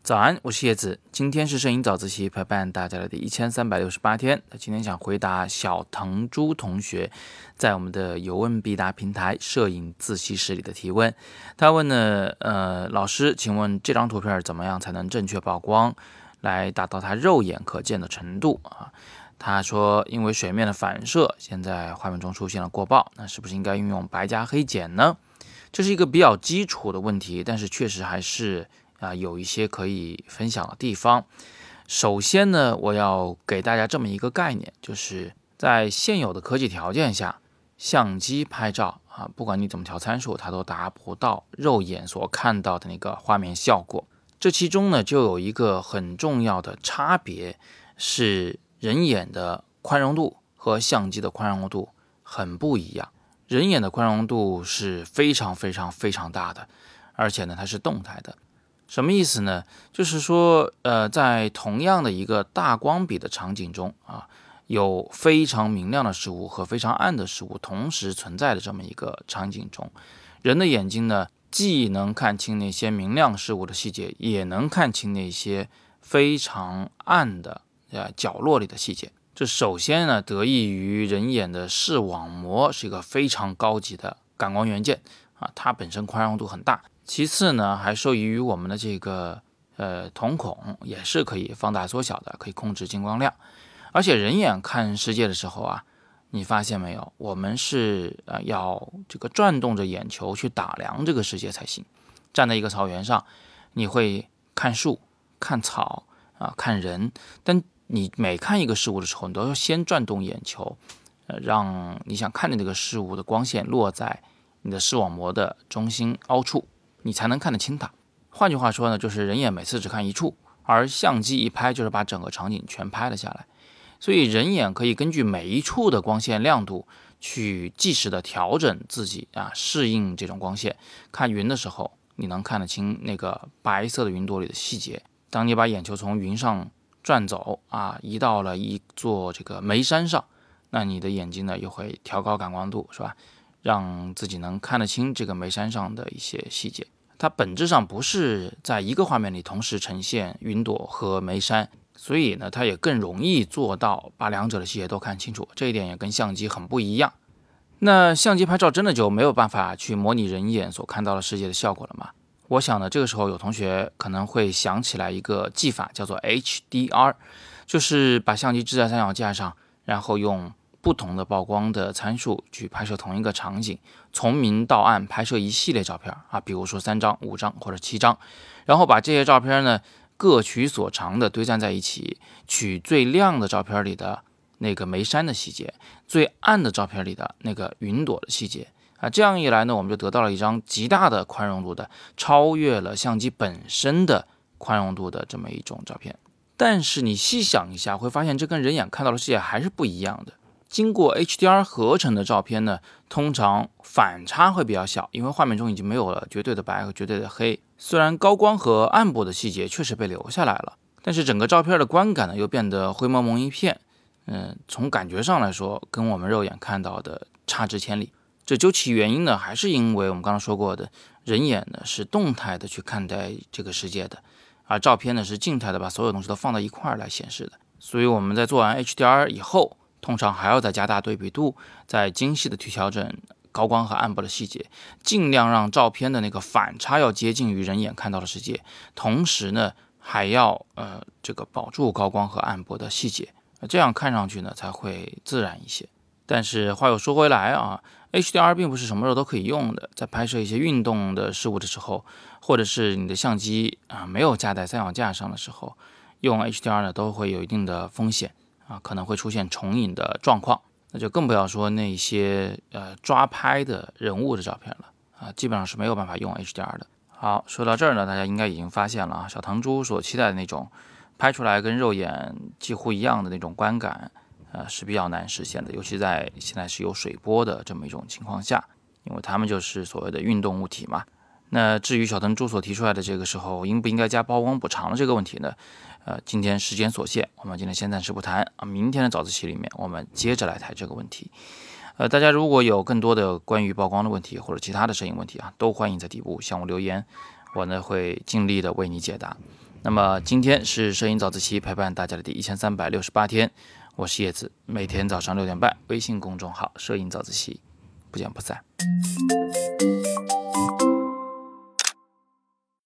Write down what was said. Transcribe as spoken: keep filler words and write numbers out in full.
早安，我是叶子。今天是摄影早自习陪伴大家的第一千三百六十八天。今天想回答小藤珠同学在我们的有问必答平台摄影自习室里的提问。他问呢，呃，老师，请问这张图片怎么样才能正确曝光，来达到它肉眼可见的程度啊？他说，因为水面的反射，现在画面中出现了过曝，那是不是应该运用白加黑减呢？这是一个比较基础的问题，但是确实还是啊，有一些可以分享的地方。首先呢，我要给大家这么一个概念，就是在现有的科技条件下，相机拍照啊，不管你怎么调参数，它都达不到肉眼所看到的那个画面效果。这其中呢，就有一个很重要的差别，是人眼的宽容度和相机的宽容度很不一样。人眼的宽容度是非常非常非常大的，而且呢，它是动态的。什么意思呢？就是说，呃，在同样的一个大光比的场景中啊，有非常明亮的事物和非常暗的事物同时存在的这么一个场景中，人的眼睛呢，既能看清那些明亮事物的细节，也能看清那些非常暗的呃角落里的细节。这首先呢，得益于人眼的视网膜是一个非常高级的感光元件啊，它本身宽容度很大。其次呢，还受益于我们的这个呃瞳孔也是可以放大缩小的，可以控制进光量。而且人眼看世界的时候啊，你发现没有，我们是呃要这个转动着眼球去打量这个世界才行。站在一个草原上，你会看树、看草啊、看人，但你每看一个事物的时候，你都要先转动眼球，呃，让你想看的那个事物的光线落在你的视网膜的中心凹处，你才能看得清它。换句话说呢，就是人眼每次只看一处，而相机一拍就是把整个场景全拍了下来。所以人眼可以根据每一处的光线亮度去即时的调整自己啊，适应这种光线。看云的时候，你能看得清那个白色的云朵里的细节。当你把眼球从云上转走啊，移到了一座这个煤山上，那你的眼睛呢又会调高感光度，是吧？让自己能看得清这个煤山上的一些细节。它本质上不是在一个画面里同时呈现云朵和煤山，所以呢，它也更容易做到把两者的细节都看清楚。这一点也跟相机很不一样。那相机拍照真的就没有办法去模拟人眼所看到的世界的效果了吗？我想呢，这个时候有同学可能会想起来一个技法，叫做 H D R， 就是把相机支在三脚架上，然后用不同的曝光的参数去拍摄同一个场景，从明到暗拍摄一系列照片啊，比如说三张、五张或者七张，然后把这些照片呢各取所长的堆栈在一起，取最亮的照片里的那个煤山的细节，最暗的照片里的那个云朵的细节啊，这样一来呢，我们就得到了一张极大的宽容度的，超越了相机本身的宽容度的这么一种照片。但是你细想一下，会发现这跟人眼看到的世界还是不一样的。经过 H D R 合成的照片呢，通常反差会比较小，因为画面中已经没有了绝对的白和绝对的黑。虽然高光和暗部的细节确实被留下来了，但是整个照片的观感呢又变得灰蒙蒙一片。嗯，从感觉上来说，跟我们肉眼看到的差之千里。这究其原因呢，还是因为我们刚刚说过的，人眼呢是动态的去看待这个世界的，而照片呢是静态的，把所有东西都放到一块儿来显示的。所以我们在做完 H D R 以后，通常还要再加大对比度，再精细的去调整高光和暗部的细节，尽量让照片的那个反差要接近于人眼看到的世界，同时呢还要呃这个保住高光和暗部的细节，这样看上去呢才会自然一些。但是话又说回来啊 ，H D R 并不是什么时候都可以用的，在拍摄一些运动的事物的时候，或者是你的相机啊没有架在三脚架上的时候，用 H D R 呢都会有一定的风险啊，可能会出现重影的状况。那就更不要说那些呃抓拍的人物的照片了啊，基本上是没有办法用 H D R 的。好，说到这儿呢，大家应该已经发现了啊，小唐珠所期待的那种拍出来跟肉眼几乎一样的那种观感，呃是比较难实现的，尤其在现在是有水波的这么一种情况下，因为它们就是所谓的运动物体嘛。那至于小藤珠所提出来的这个时候应不应该加曝光补偿的这个问题呢，呃，今天时间所限，我们今天先暂时不谈啊，明天的早自习里面我们接着来谈这个问题。呃，大家如果有更多的关于曝光的问题或者其他的摄影问题啊，都欢迎在底部向我留言，我呢会尽力的为你解答。 那么今天是摄影早自习陪伴大家的第一千三百六十八天，我是叶子，每天早上六点半，微信公众号摄影早自习，不见不散。